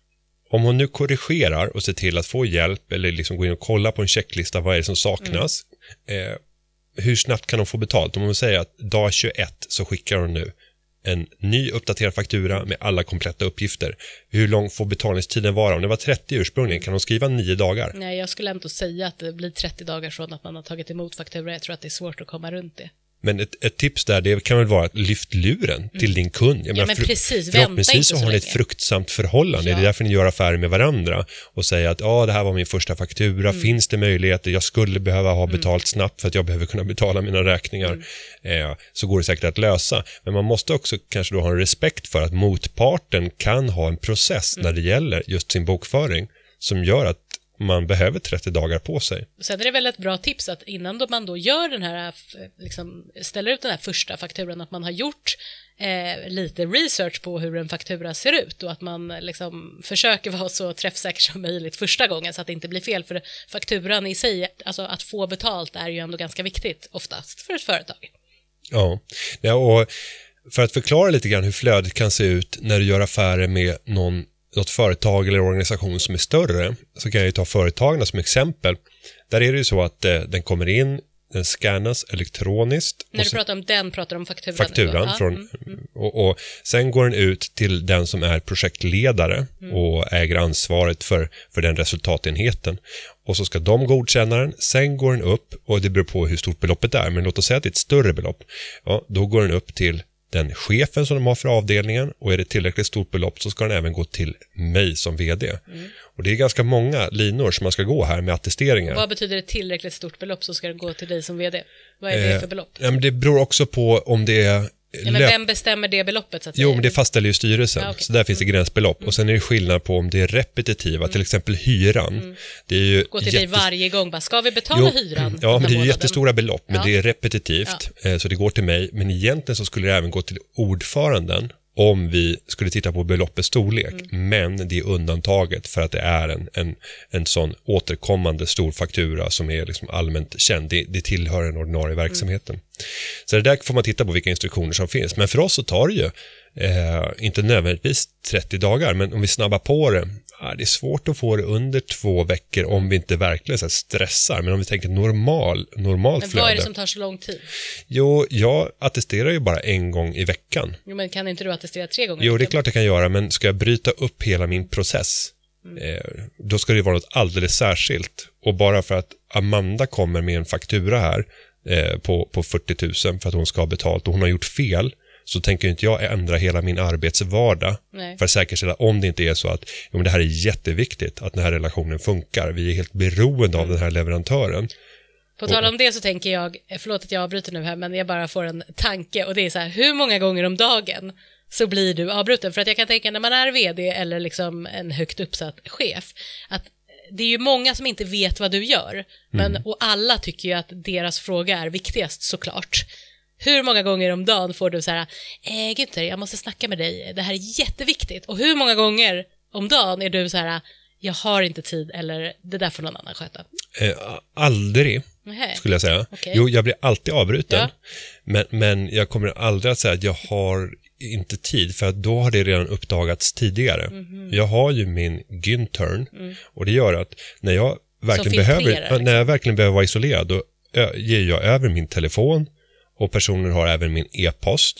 Om hon nu korrigerar och ser till att få hjälp eller liksom gå in och kolla på en checklista, vad är det som saknas, mm. eh, hur snabbt kan hon få betalt? Om hon säger att dag tjugoett så skickar hon nu en ny uppdaterad faktura med alla kompletta uppgifter. Hur lång får betalningstiden vara? Om det var trettio ursprungligen, kan hon skriva nio dagar? Nej, jag skulle ändå säga att det blir trettio dagar från att man har tagit emot faktura. Jag tror att det är svårt att komma runt det. Men ett, ett tips där, det kan väl vara att lyft luren mm. till din kund. Jag ja, menar, men precis. Förhoppningsvis så har ni länge. ett fruktsamt förhållande. Ja. Det är därför ni gör affärer med varandra och säger att ja, det här var min första faktura. Mm. Finns det möjligheter? Jag skulle behöva ha betalt mm. snabbt för att jag behöver kunna betala mina räkningar. Mm. Eh, så går det säkert att lösa. Men man måste också kanske då ha en respekt för att motparten kan ha en process mm. när det gäller just sin bokföring som gör att man behöver trettio dagar på sig. Sen är det väl ett bra tips att innan då man då gör den här, liksom, ställer ut den här första fakturan, att man har gjort eh, lite research på hur en faktura ser ut och att man liksom försöker vara så träffsäker som möjligt första gången så att det inte blir fel, för fakturan i sig, alltså att få betalt är ju ändå ganska viktigt oftast för ett företag. Ja, ja och för att förklara lite grann hur flödet kan se ut när du gör affärer med någon något företag eller organisation som är större, så kan jag ju ta företagen som exempel. Där är det ju så att eh, den kommer in, den scannas elektroniskt. När du sen, pratar om den, pratar du om fakturan? Fakturan, från, mm, mm. Och, och sen går den ut till den som är projektledare mm. och äger ansvaret för, för den resultatenheten. Och så ska de godkänna den, sen går den upp, och det beror på hur stort beloppet är, men låt oss säga att det är ett större belopp. Ja, då går den upp till den chefen som de har för avdelningen, och är det tillräckligt stort belopp så ska den även gå till mig som vd. Mm. Och det är ganska många linor som man ska gå här med attesteringar. Vad betyder det tillräckligt stort belopp så ska den gå till dig som vd? Vad är det eh, för belopp? Ja, men det beror också på om det är... Ja, men vem bestämmer det beloppet så att säga? Jo, men det fastställer ju styrelsen. Ja, okay. Så där finns det gränsbelopp. Mm. Och sen är det skillnad på om det är repetitiva, mm. till exempel hyran. Mm. Det är ju gå till jättes... dig varje gång, bara, ska vi betala jo, hyran? Ja, men det är ju jättestora belopp, men ja. det är repetitivt. Ja. Så det går till mig, men egentligen så skulle det även gå till ordföranden om vi skulle titta på beloppets storlek. Mm. Men det är undantaget för att det är en, en, en sån återkommande stor faktura som är liksom allmänt känd. Det, det tillhör den ordinarie verksamheten. Mm. Så det där får man titta på vilka instruktioner som finns. Men för oss så tar det ju eh, inte nödvändigtvis trettio dagar, men om vi snabbar på det, ja, det är svårt att få det under två veckor om vi inte verkligen så här stressar. Men om vi tänker normal, normalt flöde. Men vad är det som tar så lång tid? Jo, jag attesterar ju bara en gång i veckan. Jo, men kan inte du attestera tre gånger? Jo, det är klart jag kan göra, men ska jag bryta upp hela min process, mm. eh, då ska det vara något alldeles särskilt. Och bara för att Amanda kommer med en faktura här eh, på, på fyrtio tusen för att hon ska ha betalt och hon har gjort fel, så tänker inte jag ändra hela min arbetsvardag. Nej. För att säkerställa om det inte är så att jo, men det här är jätteviktigt att den här relationen funkar. Vi är helt beroende av den här leverantören. På tal om det så tänker jag, förlåt att jag avbryter nu här, men jag bara får en tanke, och det är så här, hur många gånger om dagen så blir du avbruten? För att jag kan tänka när man är vd eller liksom en högt uppsatt chef, att det är ju många som inte vet vad du gör, men, mm. och alla tycker ju att deras fråga är viktigast såklart. Hur många gånger om dagen får du så här, eh, Günther, jag måste snacka med dig, det här är jätteviktigt. Och hur många gånger om dagen är du så här, jag har inte tid, eller det där får någon annan sköta? Eh, aldrig, Nähe. skulle jag säga. Okay. Jo, jag blir alltid avbruten. Ja. Men, men jag kommer aldrig att säga att jag har inte tid, för att då har det redan uppdagats tidigare. Mm-hmm. Jag har ju min Günther, mm. och det gör att när jag verkligen, behöver, liksom. när jag verkligen behöver vara isolerad, då ger jag över min telefon. Och personen har även min e-post.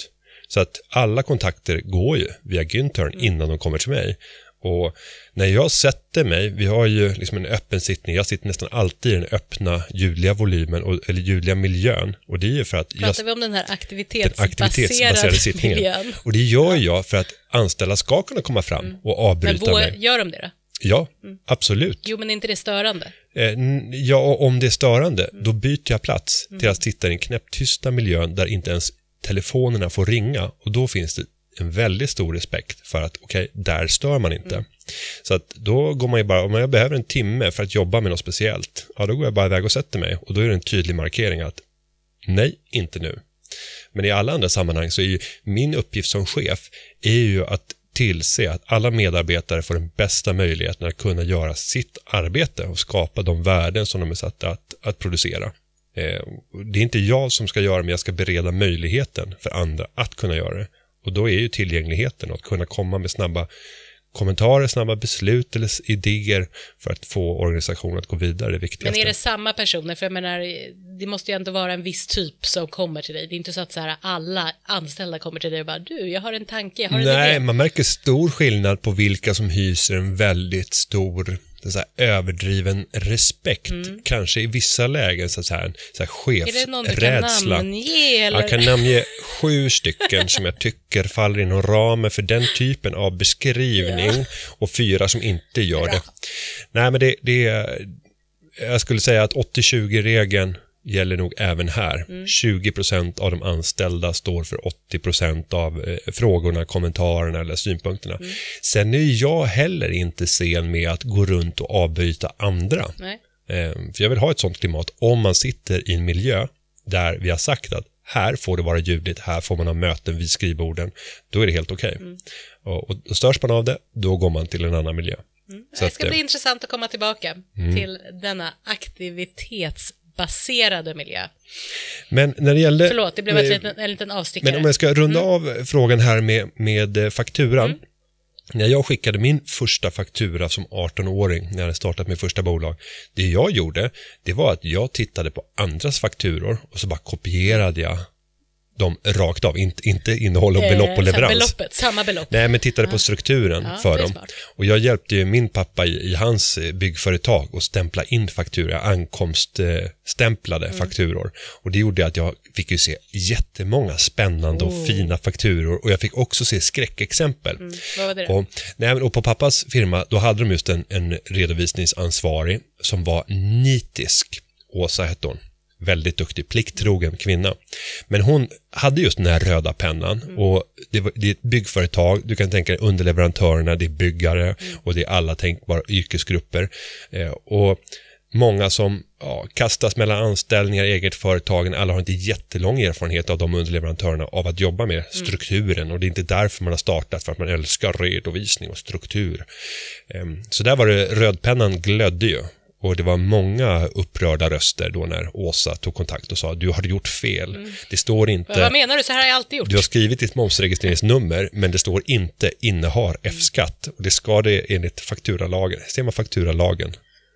Så att alla kontakter går ju via Gyntern mm. innan de kommer till mig. Och när jag sätter mig, vi har ju liksom en öppen sittning, jag sitter nästan alltid i den öppna ljudliga volymen och, eller ljudliga miljön, och det är ju för att pratar jag, vi om den här aktivitetsbaserade, den aktivitetsbaserade sittningen miljön. Och det gör jag för att anställda ska kunna komma fram mm. och avbryta men mig. Men gör de det då? Ja, mm. absolut. Jo, men är inte det störande? Eh, ja, om det är störande, mm. då byter jag plats mm. till att sitta i den knäpptysta miljön där inte ens telefonerna får ringa, och då finns det en väldigt stor respekt för att okej, okay, där stör man inte. Mm. Så att då går man ju bara, om jag behöver en timme för att jobba med något speciellt, ja då går jag bara iväg och sätter mig, och då är det en tydlig markering att nej, inte nu. Men i alla andra sammanhang så är ju min uppgift som chef är ju att tillse att alla medarbetare får den bästa möjligheten att kunna göra sitt arbete och skapa de värden som de är satta att, att producera. Eh, det är inte jag som ska göra, men jag ska bereda möjligheten för andra att kunna göra det. Och då är ju tillgängligheten att kunna komma med snabba kommentarer, snabba beslut eller idéer för att få organisationen att gå vidare, det viktigaste. Men är det samma personer? För jag menar, det måste ju ändå vara en viss typ som kommer till dig. Det är inte så att så här, alla anställda kommer till dig och bara, du, jag har en tanke, jag har en Nej, idé. man märker stor skillnad på vilka som hyser en väldigt stor, så här, överdriven respekt. Mm. Kanske i vissa lägen så här, så här chefsrädsla. Är det någon du kan namnge? Eller? Jag kan namnge sju stycken som jag tycker faller inom ramen för den typen av beskrivning, ja. Och fyra som inte gör Bra. det. Nej, men det, det är, jag skulle säga att åttio tjugo-regeln gäller nog även här. Mm. tjugo procent av de anställda står för åttio procent av eh, frågorna, kommentarerna eller synpunkterna. Mm. Sen är jag heller inte sen med att gå runt och avbryta andra. Nej. Eh, för jag vill ha ett sånt klimat om man sitter i en miljö där vi har sagt att här får det vara ljudligt, här får man ha möten vid skrivborden. Då är det helt okej. Okay. Mm. Och, och störs man av det, då går man till en annan miljö. Mm. Så det ska att, bli eh, intressant att komma tillbaka mm. till denna aktivitets baserade miljö. Men när det gäller... Förlåt, det blev en liten, en liten avstickare. Men om jag ska runda mm. av frågan här med, med fakturan. Mm. När jag skickade min första faktura som arton-åring, när jag hade startat mitt första bolag, det jag gjorde, det var att jag tittade på andras fakturor och så bara kopierade jag dem rakt av, inte, inte innehåll och belopp och leverans. Eh, beloppet, samma belopp. Nej, men tittade ja. på strukturen ja, för dem. Smart. Och jag hjälpte ju min pappa i, i hans byggföretag att stämpla in fakturor, ankomststämplade mm. fakturor. Och det gjorde att jag fick ju se jättemånga spännande oh. och fina fakturor. Och jag fick också se skräckexempel. Mm. Vad var det? Och, nej, och på pappas firma, då hade de just en, en redovisningsansvarig som var nitisk. Åsa hette hon. Väldigt duktig, plikttrogen kvinna. Men hon hade just den här röda pennan mm. och det, var, det är ett byggföretag, du kan tänka dig underleverantörerna, det är byggare mm. och det är alla tänkbara yrkesgrupper. Eh, och många som ja, kastas mellan anställningar, eget företagen, alla har inte jättelång erfarenhet av de underleverantörerna av att jobba med strukturen mm. och det är inte därför man har startat, för att man älskar redovisning och struktur. Eh, så där var det, rödpennan glödde ju. Och det var många upprörda röster då när Åsa tog kontakt och sa du har gjort fel. Mm. Det står inte... Vad menar du? Så här har jag alltid gjort. Du har skrivit ditt momsregistreringsnummer, men det står inte innehar F-skatt. Och det ska det enligt fakturalagen. Ser man fakturalagen?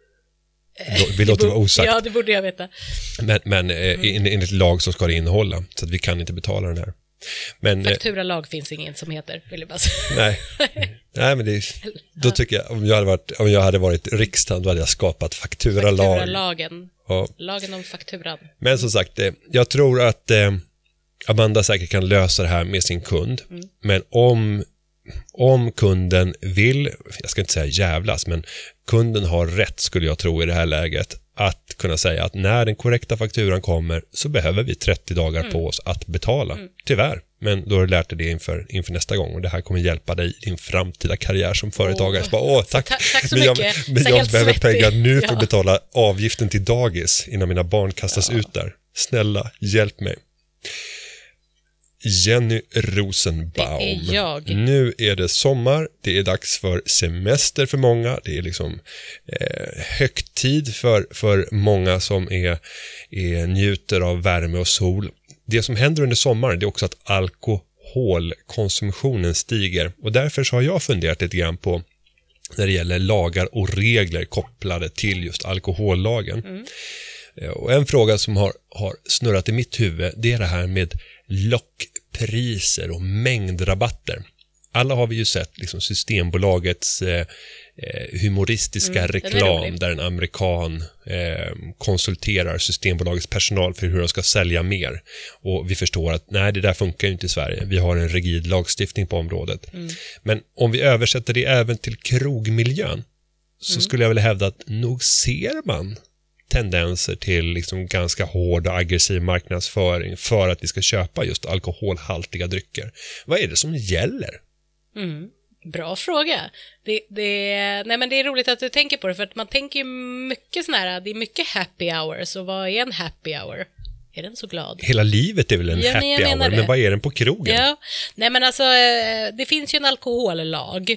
Vi låter vara osagt. Ja, det borde jag veta. Men, men mm. enligt lag så ska det innehålla. Så att vi kan inte betala den här. Men, fakturalag finns ingen som heter, vill jag bara säga. Nej, nej men det, då tycker jag, om jag hade varit, om jag hade varit riksdagen, då hade jag skapat fakturalag. Fakturalagen, ja. Lagen om fakturan. Men som sagt, jag tror att eh, Amanda säkert kan lösa det här med sin kund. Mm. Men om, om kunden vill, jag ska inte säga jävlas, men kunden har rätt, skulle jag tro i det här läget, att kunna säga att när den korrekta fakturan kommer så behöver vi trettio dagar mm. på oss att betala. Mm. Tyvärr. Men då har du lärt dig det inför, inför nästa gång. Och det här kommer hjälpa dig i din framtida karriär som företagare. Oh. Så bara, åh, tack. Ta- tack så men jag, mycket. Men så jag behöver svettig. pengar nu för ja. att betala avgiften till dagis innan mina barn kastas ja. ut där. Snälla, hjälp mig. Jenny Rosenbaum. Det är jag. Nu är det sommar, det är dags för semester för många, det är liksom eh, högtid för, för många som är, är njuter av värme och sol. Det som händer under sommaren, det är också att alkoholkonsumtionen stiger, och därför så har jag funderat lite grann på när det gäller lagar och regler kopplade till just alkohollagen. Mm. Och en fråga som har, har snurrat i mitt huvud, det är det här med priser och mängdrabatter. Alla har vi ju sett liksom Systembolagets eh, humoristiska Mm, reklam där en amerikan eh, konsulterar Systembolagets personal för hur de ska sälja mer. Och vi förstår att nej, det där funkar ju inte i Sverige. Vi har en rigid lagstiftning på området. Mm. Men om vi översätter det även till krogmiljön så Mm. skulle jag vilja hävda att nog ser man tendenser till liksom ganska hård och aggressiv marknadsföring för att vi ska köpa just alkoholhaltiga drycker. Vad är det som gäller? Mm. Bra fråga. Det, det, nej men det är roligt att du tänker på det, för att man tänker ju mycket sån här, det är mycket happy hours, och vad är en happy hour? Är den så glad? Hela livet är väl en Ja, men happy jag hour, menar det. men vad är den på krogen? Ja, nej men alltså eh, det finns ju en alkohollag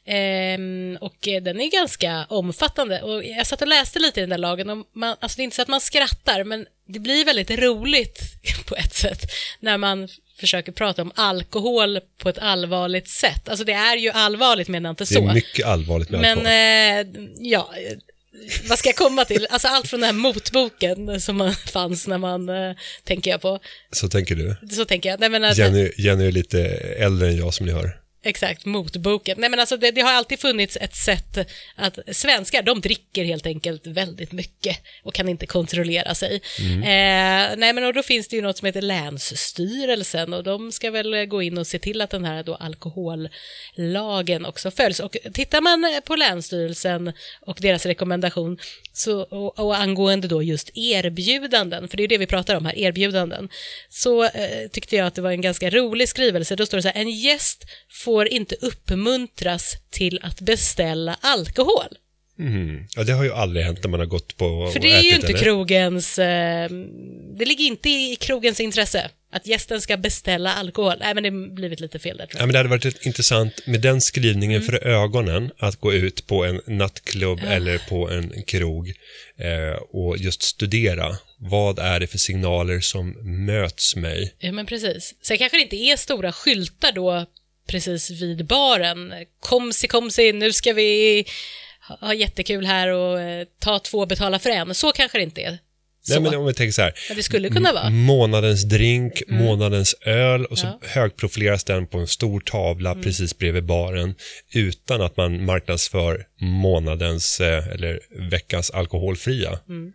ehm, och den är ganska omfattande, och jag satt och läste lite i den där lagen, och man, alltså det är inte så att man skrattar, men det blir väldigt roligt på ett sätt när man försöker prata om alkohol på ett allvarligt sätt. Alltså det är ju allvarligt, menar inte Det så. är mycket allvarligt med Men alkohol. eh, ja, eh, vad ska jag komma till? Alltså allt från den här motboken som man fanns när man, eh, tänker jag på. Så tänker du? Så tänker jag. Nej, men att, Jenny, Jenny är lite äldre än jag, som ni hör. Exakt, motboken. Nej men alltså det, det har alltid funnits ett sätt att svenskar, de dricker helt enkelt väldigt mycket och kan inte kontrollera sig. Mm. Eh, nej men och då finns det ju något som heter Länsstyrelsen, och de ska väl gå in och se till att den här då alkohollagen också följs. Och tittar man på Länsstyrelsen och deras rekommendation så, och, och angående då just erbjudanden, för det är ju det vi pratar om här, erbjudanden, så eh, tyckte jag att det var en ganska rolig skrivelse. Då står det så här: en gäst får inte uppmuntras till att beställa alkohol. Mm. Ja, det har ju aldrig hänt när man har gått på och För det är ju ätit, inte eller? krogens, eh, det ligger inte i krogens intresse att gästen ska beställa alkohol. Nej, men det har blivit lite fel där, tror jag. Ja, men det hade varit intressant med den skrivningen Mm. för ögonen att gå ut på en nattklubb Ja. eller på en krog eh, och just studera vad är det för signaler som möts mig. Ja, men precis. Sen kanske det inte är stora skyltar då precis vid baren. Kom si, kom si, nu ska vi ha, ha jättekul här och eh, ta två, betala för en. Så kanske det inte är. Så. Nej, men om vi tänker så här, Men det skulle kunna vara. månadens drink, månadens öl, och så Ja. högprofileras den på en stor tavla Mm. precis bredvid baren utan att man marknadsför månadens eh, eller veckans alkoholfria. Mm.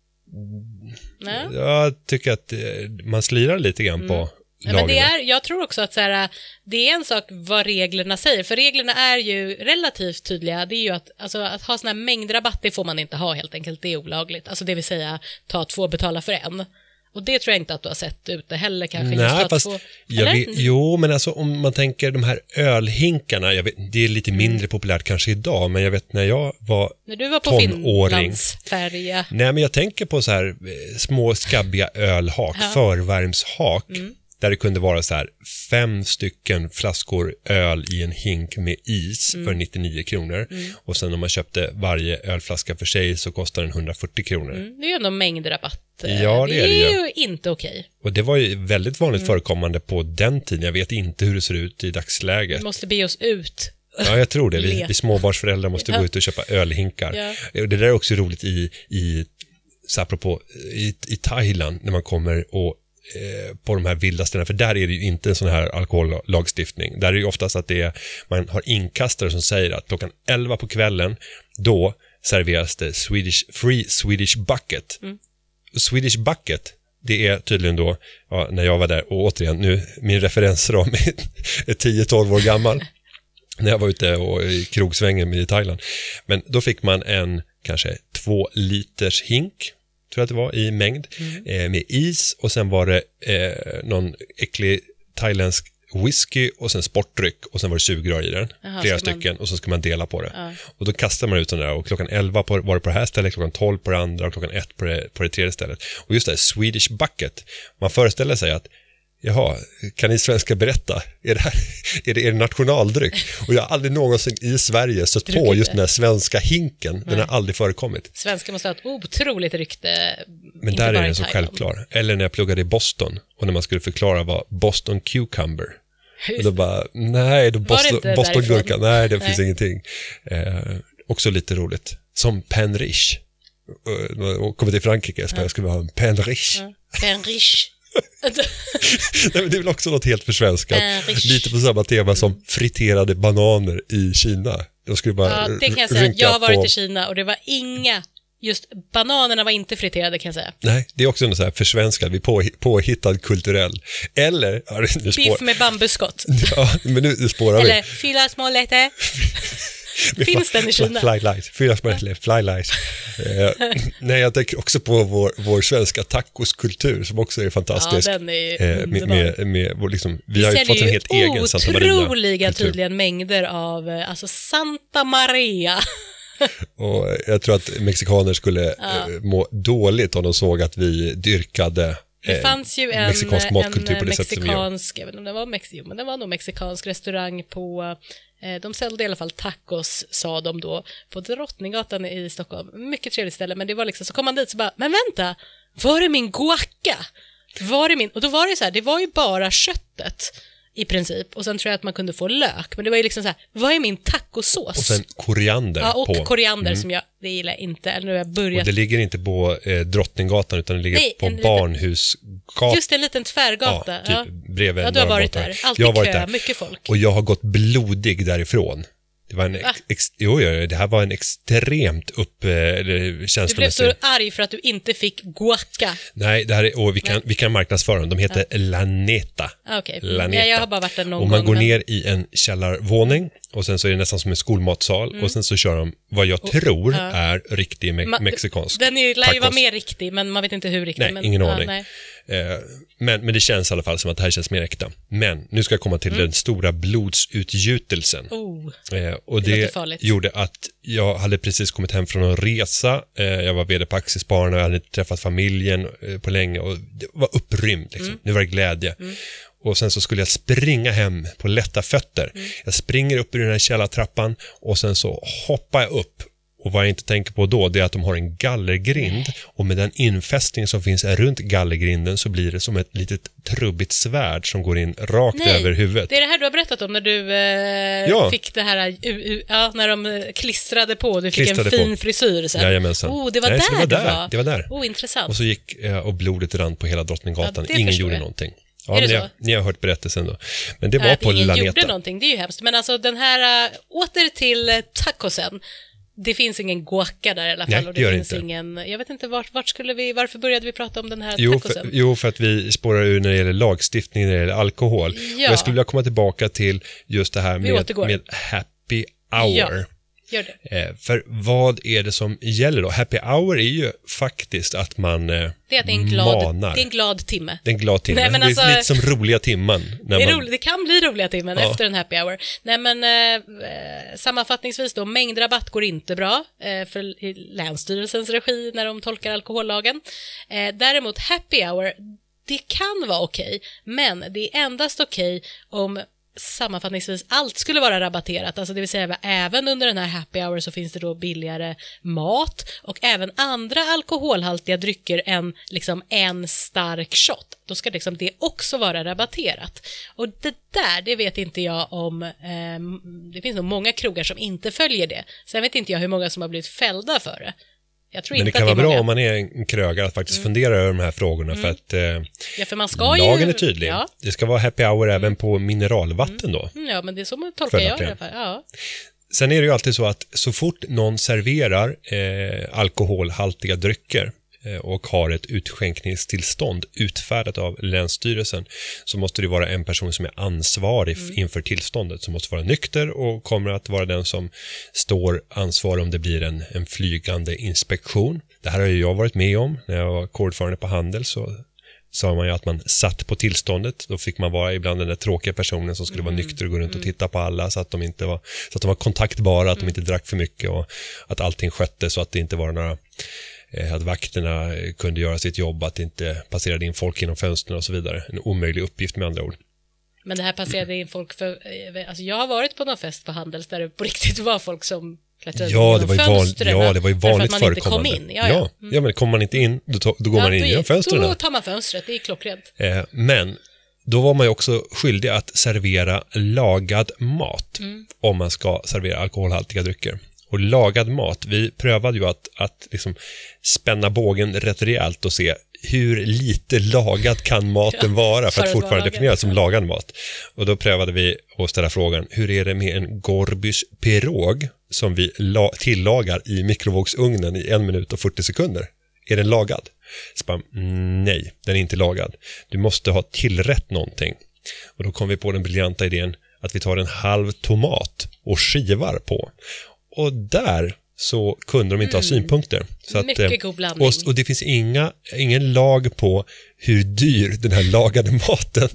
Nej. Jag tycker att eh, man slirar lite grann på Ja, men det lagarna. är, jag tror också att så här, det är en sak vad reglerna säger, för reglerna är ju relativt tydliga. Det är ju att, alltså, att ha sån här mängdrabatt, det får man inte ha helt enkelt, det är olagligt. Alltså det vill säga ta två, betala för en. Och det tror jag inte att du har sett ute heller kanske. just Nej, att fast få, jag eller? vet, jo, men alltså om man tänker de här ölhinkarna, jag vet, det är lite mindre Mm. populärt kanske idag, men jag vet när jag var När du var på tonåring. Finlandsfärja. Nej, men jag tänker på så här eh, små skabbiga ölhak, Ja. förvärmshak, Mm. där det kunde vara så här fem stycken flaskor öl i en hink med is Mm. för nittionio kronor. Och sen om man köpte varje ölflaska för sig så kostar den hundrafyrtio kronor. Mm, det är ju ändå mängdrabatt. Eh, Ja, det är det ju. ju inte okej. Och det var ju väldigt vanligt Mm. förekommande på den tiden. Jag vet inte hur det ser ut i dagsläget. Vi måste be oss ut. Ja, jag tror det. Vi, Let. vi småbarnsföräldrar måste Ja. gå ut och köpa ölhinkar. Ja. Och det där är också roligt i, i så apropå, i, i Thailand när man kommer och eh, på de här vilda ställena, för där är det ju inte en sån här alkohollagstiftning. Där är det ju oftast att det är, man har inkastare som säger att klockan elva på kvällen, då serveras det Swedish, free Swedish bucket. Mm. Och Swedish bucket, det är tydligen då, ja, när jag var där, och återigen nu, min referensram är tio tolv år gammal, när jag var ute och i krogsvängen i Thailand. Men då fick man en kanske två liters hink, tror jag att det var, i mängd, Mm. eh, med is, och sen var det eh, någon äcklig thailändsk whisky och sen sportdryck, och sen var det sugrör i den, Jaha, flera ska man- stycken, och så ska man dela på det. Ja. Och då kastar man ut den där, och klockan elva på, var det på det här stället, klockan tolv på det andra och klockan ett på det, på det tredje stället. Och just det här Swedish bucket, man föreställer sig att jaha, kan ni svenska berätta? Är det här är det er nationaldryck? Och jag har aldrig någonsin i Sverige stött på Druckit just det. den här svenska hinken. Den Nej. har aldrig förekommit. Svenskar måste ha ett otroligt rykte. Men inte där är bara i den så Thailand. självklar. Eller när jag pluggade i Boston och när man skulle förklara vad Boston cucumber. Och då bara, nej, då Var det Boston, inte Boston därifrån? gurka, nej, det Nej. finns ingenting. Eh, också lite roligt. Som Penriche. Och kommer till Frankrike, så jag skulle ha en Penriche. Ja. Ben Riche. Nej, men det är väl också något helt försvenskat. Äh, Lite på samma tema som friterade bananer i Kina. Jag skulle bara Ja, det kan jag säga. rynka Jag har varit på... i Kina och det var inga, just bananerna var inte friterade kan jag säga. Nej, det är också en så här försvenskad, vi på, påhittad kulturell. Eller... Ja, nu spår... Biff med bambuskott. Ja, men nu, nu spårar Eller vi. fyra små lätter. Finns den i Kina? Fly light, fyra små lätter, fly light. eh, nej, jag tänker också på vår, vår svenska tacoskultur som också är fantastisk. Ja, den är ju eh, med, med, med vår, liksom, vi, vi har ju fått en helt egen Santa Maria. otroliga tydligen mängder av eh, alltså Santa Maria. Och jag tror att mexikaner skulle Ja. eh, må dåligt om de såg att vi dyrkade Det fanns ju en, mexikansk matkultur en på det sättet som vi gör. mexikansk, jag vet inte om det var Mexiko, men det var nog mexikansk restaurang på, eh, de sålde i alla fall tacos, sa de då, på Drottninggatan i Stockholm. Mycket trevligt ställe, men det var liksom, så kom man dit så bara, men vänta, var är min guaca? Var är min, och då var det så här, det var ju bara köttet i princip, och sen tror jag att man kunde få lök, men det var ju liksom så här, vad är min tacosås? Och sen koriander ja, och på. koriander som jag, det gillar jag inte, eller nu har jag börjat. Och det ligger inte på eh, Drottninggatan utan det ligger Nej, på en liten- Barnhusgatan. Just en liten tvärgata. Ja, typ bredvid Ja, du har varit Norrbotten. där. Alltid Jag har varit kö, där. mycket folk. Och jag har gått blodig därifrån. Det var en Va? ex, ex, jo, jo, det här var en extremt upp eh, eller Du blev känslomässig. så arg för att du inte fick guaca. Nej, det här är, och vi kan, vi kan marknadsföra dem. De heter Laneta. Ah, okej. Laneta. Ja, jag har bara varit där någon och man gång, går men- ner i en källarvåning och sen så är det nästan som en skolmatsal och sen så kör de vad jag tror ja. är riktig me- Ma- mexikansk Den är ju, lär ju vara tacos. mer riktig, men man vet inte hur riktig. Nej, men, ingen ja, aning. nej. Eh, men, men det känns i alla fall som att det här känns mer äkta. Men nu ska jag komma till Mm. den stora blodsutgjutelsen. Oh, Eh, och Det det, låter farligt. gjorde att jag hade precis kommit hem från en resa. Eh, jag var vd på Aktiespararna och jag hade inte träffat familjen eh, på länge och det var upprymd. Liksom. Mm. Nu var det glädje. Och sen så skulle jag springa hem på lätta fötter. Mm. Jag springer upp i den här källartrappan och sen så hoppar jag upp. Och vad jag inte tänker på då, det är att de har en gallergrind. Och med den infästning som finns runt gallergrinden så blir det som ett litet trubbigt svärd som går in rakt nej. över huvudet. Det är det här du har berättat om när du eh, Ja. fick det här, uh, uh, ja, när de eh, klistrade på och du fick Klistrade en fin på. frisyr sen. Jajamensan. Oh, det var Nej, där så det var du där. var. Det var där. Oh, intressant. Och så gick eh, och blodet rann på hela Drottninggatan. Ja, det Ingen förstår gjorde jag. någonting. Är Ja, det ni, så? har, ni har hört berättelsen då. Men det var att på ingen Laneta. gjorde någonting, det är ju hemskt. Men alltså den här, uh, åter till uh, tacosen. Det finns ingen guaca där i alla fall. Nej, och det det gör finns inte. ingen, jag vet inte vart, vart skulle vi, varför började vi prata om den här Jo tacosen? för, jo, för att vi spårar ur när det gäller lagstiftning, när det gäller alkohol. Ja. Och jag skulle vilja komma tillbaka till just det här Vi med, återgår. med happy hour. Ja. Gör det. Eh, för vad är det som gäller då? Happy hour är ju faktiskt att man eh, Det är att det är en glad, manar. det är en glad timme. Det är en glad timme. Nej, men det är alltså- lite som roliga timman. När Det, är man, roligt, det kan bli roliga timmen Ja. efter en happy hour. Nej men eh, sammanfattningsvis då, mängdrabatt går inte bra eh, för i Länsstyrelsens regi när de tolkar alkohollagen. Eh, däremot happy hour, det kan vara okej, men det är endast okej om sammanfattningsvis allt skulle vara rabatterat, alltså det vill säga även under den här happy hour så finns det då billigare mat och även andra alkoholhaltiga drycker än liksom en stark shot. Då ska liksom det också vara rabatterat. Och det där, det vet inte jag om, eh, det finns nog många krogar som inte följer det. Sen vet inte jag hur många som har blivit fällda för det. Jag tror men det inte kan att vara det är bra många. om man är en krögare att faktiskt fundera över de här frågorna för att eh, Ja, för man ska lagen ju... är tydlig. Ja. Det ska vara happy hour även på mineralvatten då. Mm, ja, men det är så man tolkar jag i alla Följaktligen. fall. Ja. Sen är det ju alltid så att så fort någon serverar eh, alkoholhaltiga drycker eh, och har ett utskänkningstillstånd utfärdat av Länsstyrelsen så måste det vara en person som är ansvarig mm. inför tillståndet som måste vara nykter och kommer att vara den som står ansvarig om det blir en, en flygande inspektion. Det här har ju jag varit med om när jag var kårordförande på Handel så sa man ju att man satt på tillståndet. Då fick man vara ibland den där tråkiga personen som skulle mm. vara nykter och gå runt och titta på alla så att de inte var, så att de var kontaktbara, att de inte drack för mycket och att allting skötte så att det inte var några eh, att vakterna kunde göra sitt jobb, att det inte passerade in folk genom fönstren och så vidare. En omöjlig uppgift med andra ord. Men det här passerade in folk för, alltså jag har varit på någon fest på Handels där det på riktigt var folk som klättrade Ja, genom det var ju vanligt, ja, det var ju vanligt för att man inte kom förekommande. in. Ja, ja. Ja, ja, men kommer man inte in, då, då går Ja, man in då, genom fönstren. Då tar man fönstret, det är klockrent. Eh, men då var man ju också skyldig att servera lagad mat mm. om man ska servera alkoholhaltiga drycker. Och lagad mat, vi prövade ju att, att liksom spänna bågen rätt rejält och se hur lite lagad kan maten vara för att fortfarande definieras som lagad mat. Och då prövade vi att ställa frågan, hur är det med en Gorbys pirog som vi la- tillagar i mikrovågsugnen i en minut och fyrtio sekunder? Är den lagad? Så bara, nej, den är inte lagad. Du måste ha tillrätt någonting. Och då kom vi på den briljanta idén att vi tar en halv tomat och skivar på. Och där så kunde de inte mm. ha synpunkter. Så Mycket att, god blandning. Och, och det finns inga, ingen lag på hur dyr den här lagade maten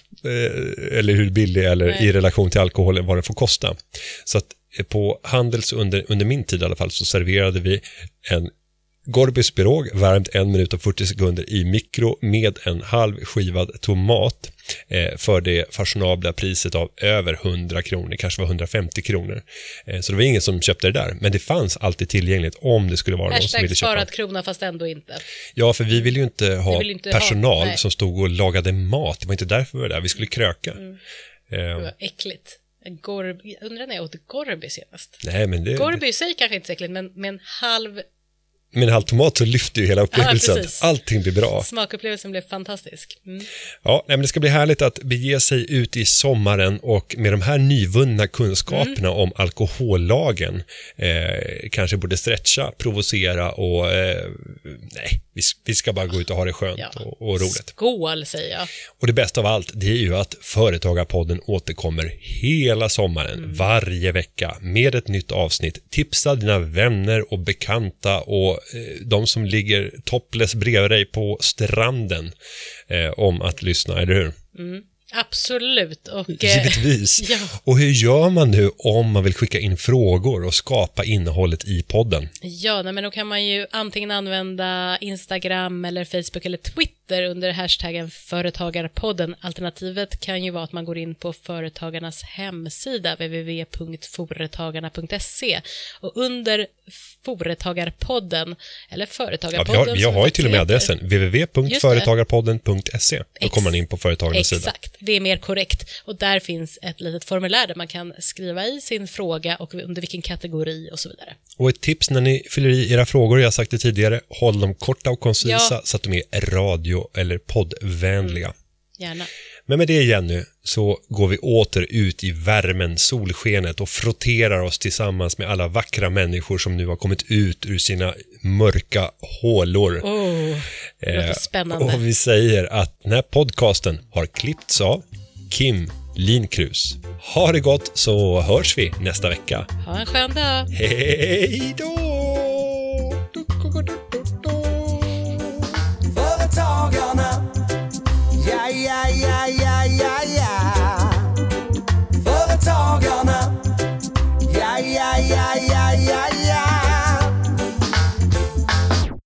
eller hur billig eller Nej. i relation till alkoholen vad den får kosta. Så att på Handels under, under min tid i alla fall så serverade vi en Gorbys pirog värmt en minut och fyrtio sekunder i mikro med en halv skivad tomat eh, för det fashionabla priset av över hundra kronor, det kanske var hundrafemtio kronor. Eh, så det var ingen som köpte det där, men det fanns alltid tillgängligt om det skulle vara någon som ville köpa. Hashtag sparat krona fast ändå inte. Ja, för vi ville ju inte ha vill inte personal ha, som stod och lagade mat. Det var inte därför vi var där, vi skulle kröka. Mm. Eh, det var äckligt. Gorb... Undrar när jag åt Gorby senast. Nej, men det... Gorby i sig kanske inte så äckligt, men med en halv... Med en halv tomat så lyfter ju hela upplevelsen. Ja, allting blir bra. Smakupplevelsen blev fantastisk. Mm. Ja, men det ska bli härligt att bege sig ut i sommaren och med de här nyvunna kunskaperna mm. om alkohollagen eh, kanske borde stretcha, provocera och eh, nej, vi, vi ska bara gå ut och ha det skönt ja. och, och roligt. Skål, säger jag. Och det bästa av allt, det är ju att Företagarpodden återkommer hela sommaren, mm. varje vecka med ett nytt avsnitt. Tipsa dina vänner och bekanta och de som ligger topless bredvid dig på stranden eh, om att lyssna, eller hur? Mm, absolut. Och, Givetvis. Ja. Och hur gör man nu om man vill skicka in frågor och skapa innehållet i podden? Ja, nej, men då kan man ju antingen använda Instagram eller Facebook eller Twitter under hashtaggen Företagarpodden. Alternativet kan ju vara att man går in på Företagarnas hemsida w w w punkt företagarna punkt se och under Företagarpodden eller Företagarpodden. Ja, vi har, vi har ju till och med adressen w w w punkt företagarpodden punkt se. Då Ex- kommer man in på Företagarnas sida. Exakt, det är mer korrekt. Och där finns ett litet formulär där man kan skriva i sin fråga och under vilken kategori och så vidare. Och ett tips när ni fyller i era frågor, jag har sagt det tidigare, håll dem korta och koncisa ja. så att de är radio- eller poddvänliga. Mm. Gärna. Men med det igen nu så går vi åter ut i värmen, solskenet och frotterar oss tillsammans med alla vackra människor som nu har kommit ut ur sina mörka hålor. Oh, det låter spännande. Eh, och vi säger att den här podcasten har klippts av Kim Linkrus. Ha det gott så hörs vi nästa vecka. Ha en skön dag. Hej då! Företagarna, ja, ja, ja, ja.